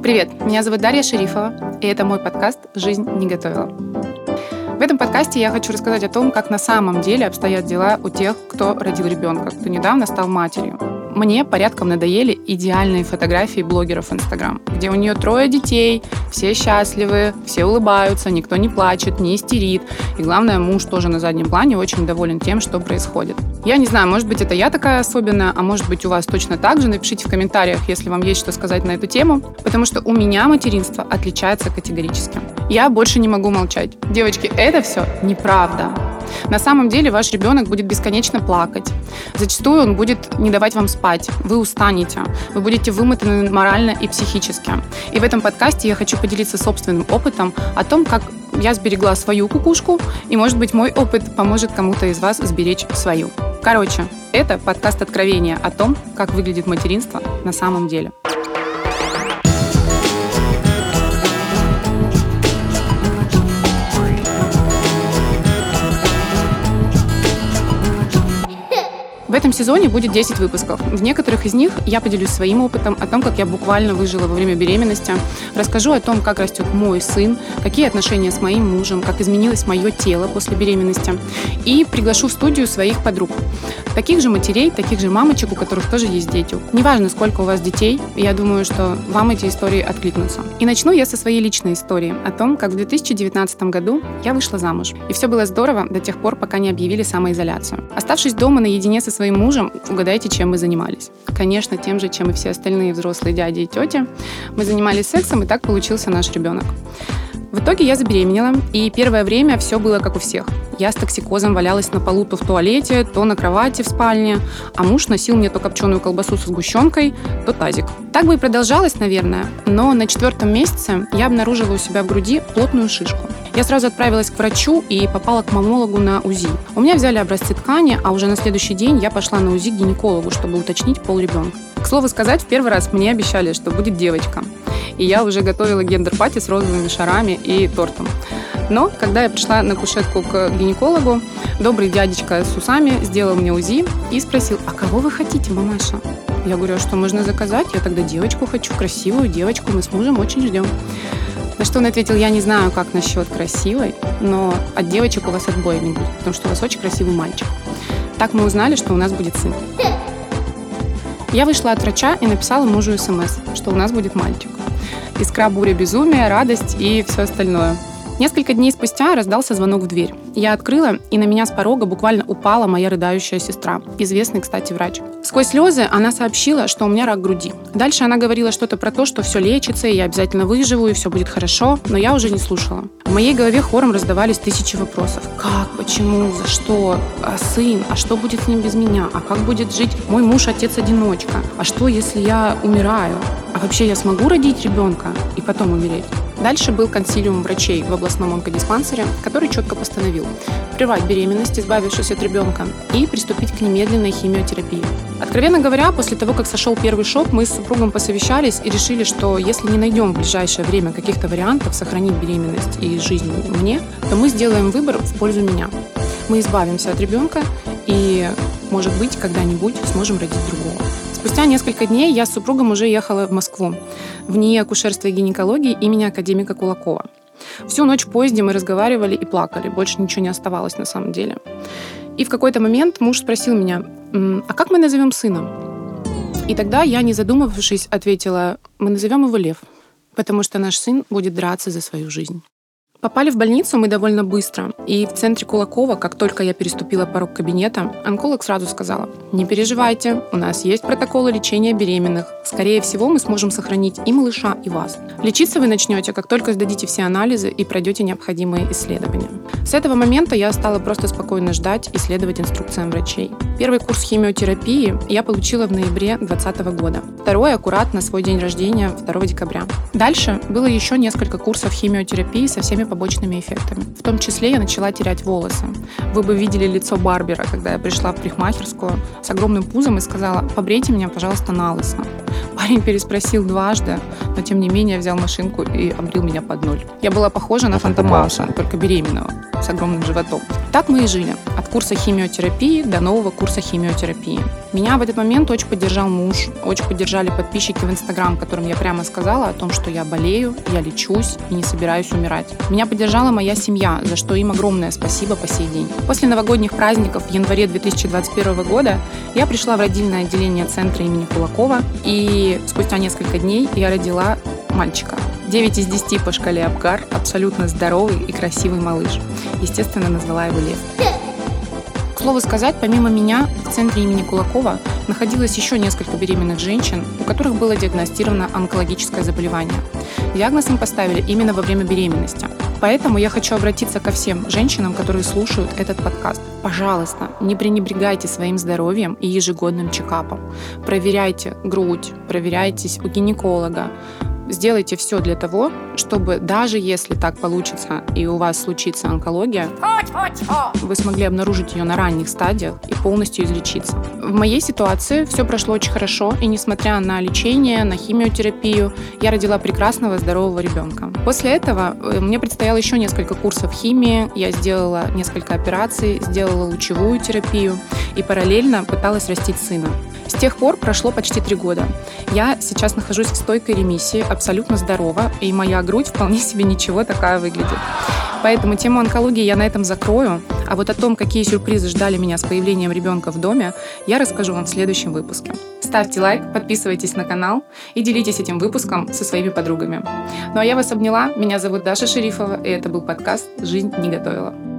Привет, меня зовут Дарья Шерифова, и это мой подкаст «Жизнь не готовила». В этом подкасте я хочу рассказать о том, как на самом деле обстоят дела у тех, кто родил ребенка, кто недавно стал матерью. Мне порядком надоели идеальные фотографии блогеров в Инстаграм, где у нее 3 детей, все счастливы, все улыбаются, никто не плачет, не истерит. И главное, муж тоже на заднем плане очень доволен тем, что происходит. Я не знаю, может быть, это я такая особенная, а может быть, у вас точно так же. Напишите в комментариях, если вам есть что сказать на эту тему, потому что у меня материнство отличается категорически. Я больше не могу молчать. Девочки, это все неправда. На самом деле ваш ребенок будет бесконечно плакать. Зачастую он будет не давать вам спать. Вы устанете. Вы будете вымотаны морально и психически. И в этом подкасте я хочу поделиться собственным опытом о том, как я сберегла свою кукушку, и, может быть, мой опыт поможет кому-то из вас сберечь свою. Короче, это подкаст откровения о том, как выглядит материнство на самом деле. В этом сезоне будет 10 выпусков. В некоторых из них я поделюсь своим опытом о том, как я буквально выжила во время беременности, расскажу о том, как растет мой сын, какие отношения с моим мужем, как изменилось мое тело после беременности, и приглашу в студию своих подруг. Таких же матерей, таких же мамочек, у которых тоже есть дети. Неважно, сколько у вас детей, я думаю, что вам эти истории откликнутся. И начну я со своей личной истории о том, как в 2019 году я вышла замуж. И все было здорово до тех пор, пока не объявили самоизоляцию. Оставшись дома наедине со своим мужем, угадайте, чем мы занимались. Конечно, тем же, чем и все остальные взрослые дяди и тети. Мы занимались сексом, и так получился наш ребенок. В итоге я забеременела, и первое время все было как у всех. Я с токсикозом валялась на полу то в туалете, то на кровати в спальне, а муж носил мне то копченую колбасу со сгущенкой, то тазик. Так бы и продолжалось, наверное, но на 4-м месяце я обнаружила у себя в груди плотную шишку. Я сразу отправилась к врачу и попала к маммологу на УЗИ. У меня взяли образцы ткани, а уже на следующий день я пошла на УЗИ к гинекологу, чтобы уточнить пол ребенка. К слову сказать, в первый раз мне обещали, что будет девочка. И я уже готовила гендер-пати с розовыми шарами и тортом. Но когда я пришла на кушетку к гинекологу, добрый дядечка с усами сделал мне УЗИ и спросил: «А кого вы хотите, мамаша?» Я говорю: «А что можно заказать? Я тогда девочку хочу, красивую девочку, мы с мужем очень ждем». На что он ответил: «Я не знаю, как насчет красивой, но от девочек у вас отбоя не будет, потому что у вас очень красивый мальчик». Так мы узнали, что у нас будет сын. Я вышла от врача и написала мужу СМС, что у нас будет мальчик. Искра, буря, безумие, радость и все остальное. Несколько дней спустя раздался звонок в дверь. Я открыла, и на меня с порога буквально упала моя рыдающая сестра, известный, кстати, врач. Сквозь слезы она сообщила, что у меня рак груди. Дальше она говорила что-то про то, что все лечится, и я обязательно выживу, и все будет хорошо, но я уже не слушала. В моей голове хором раздавались тысячи вопросов. Как, почему, за что, а сын, а что будет с ним без меня, а как будет жить мой муж, отец-одиночка, а что, если я умираю, а вообще я смогу родить ребенка и потом умереть? Дальше был консилиум врачей в областном онкодиспансере, который четко постановил прервать беременность, избавившись от ребенка, и приступить к немедленной химиотерапии. Откровенно говоря, после того, как сошел первый шок, мы с супругом посовещались и решили, что если не найдем в ближайшее время каких-то вариантов сохранить беременность и жизнь мне, то мы сделаем выбор в пользу меня. Мы избавимся от ребенка и, может быть, когда-нибудь сможем родить другого. Спустя несколько дней я с супругом уже ехала в Москву, в НИИ акушерства и гинекологии имени академика Кулакова. Всю ночь в поезде мы разговаривали и плакали, больше ничего не оставалось на самом деле. И в какой-то момент муж спросил меня: «А как мы назовем сына?» И тогда я, не задумывавшись, ответила: «Мы назовем его Лев, потому что наш сын будет драться за свою жизнь». Попали в больницу мы довольно быстро, и в центре Кулакова, как только я переступила порог кабинета, онколог сразу сказала: «Не переживайте, у нас есть протоколы лечения беременных. Скорее всего, мы сможем сохранить и малыша, и вас. Лечиться вы начнете, как только сдадите все анализы и пройдете необходимые исследования». С этого момента я стала просто спокойно ждать и следовать инструкциям врачей. Первый курс химиотерапии я получила в ноябре 2020 года. Второй аккурат на свой день рождения 2 декабря. Дальше было еще несколько курсов химиотерапии со всеми побочными эффектами. В том числе я начала терять волосы. Вы бы видели лицо барбера, когда я пришла в парикмахерскую с огромным пузом и сказала: «Побрейте меня, пожалуйста, на лысо». Парень переспросил дважды, но тем не менее взял машинку и обрил меня под ноль. Я была похожа на Фантомаса, только беременного, с огромным животом. Так мы и жили. От курса химиотерапии до нового курса химиотерапии. Меня в этот момент очень поддержал муж, очень поддержали подписчики в Инстаграм, которым я прямо сказала о том, что я болею, я лечусь и не собираюсь умирать. Меня поддержала моя семья, за что им огромное спасибо по сей день. После новогодних праздников в январе 2021 года я пришла в родильное отделение центра имени Кулакова, и спустя несколько дней я родила мальчика. 9 из 10 по шкале Апгар, абсолютно здоровый и красивый малыш. Естественно, назвала его Лев. К слову сказать, помимо меня в центре имени Кулакова находилось еще несколько беременных женщин, у которых было диагностировано онкологическое заболевание. Диагноз им поставили именно во время беременности. Поэтому я хочу обратиться ко всем женщинам, которые слушают этот подкаст. Пожалуйста, не пренебрегайте своим здоровьем и ежегодным чекапом. Проверяйте грудь, проверяйтесь у гинеколога. Сделайте все для того, чтобы даже если так получится и у вас случится онкология, вы смогли обнаружить ее на ранних стадиях и полностью излечиться. В моей ситуации все прошло очень хорошо, и несмотря на лечение, на химиотерапию, я родила прекрасного, здорового ребенка. После этого мне предстояло еще несколько курсов химии, я сделала несколько операций, сделала лучевую терапию и параллельно пыталась растить сына. С тех пор прошло почти 3 года. Я сейчас нахожусь в стойкой ремиссии, абсолютно здорова, и моя грудь вполне себе ничего такая выглядит. Поэтому тему онкологии я на этом закрою, а вот о том, какие сюрпризы ждали меня с появлением ребенка в доме, я расскажу вам в следующем выпуске. Ставьте лайк, подписывайтесь на канал и делитесь этим выпуском со своими подругами. Ну а я вас обняла, меня зовут Даша Шерифова, и это был подкаст «Жизнь не готовила».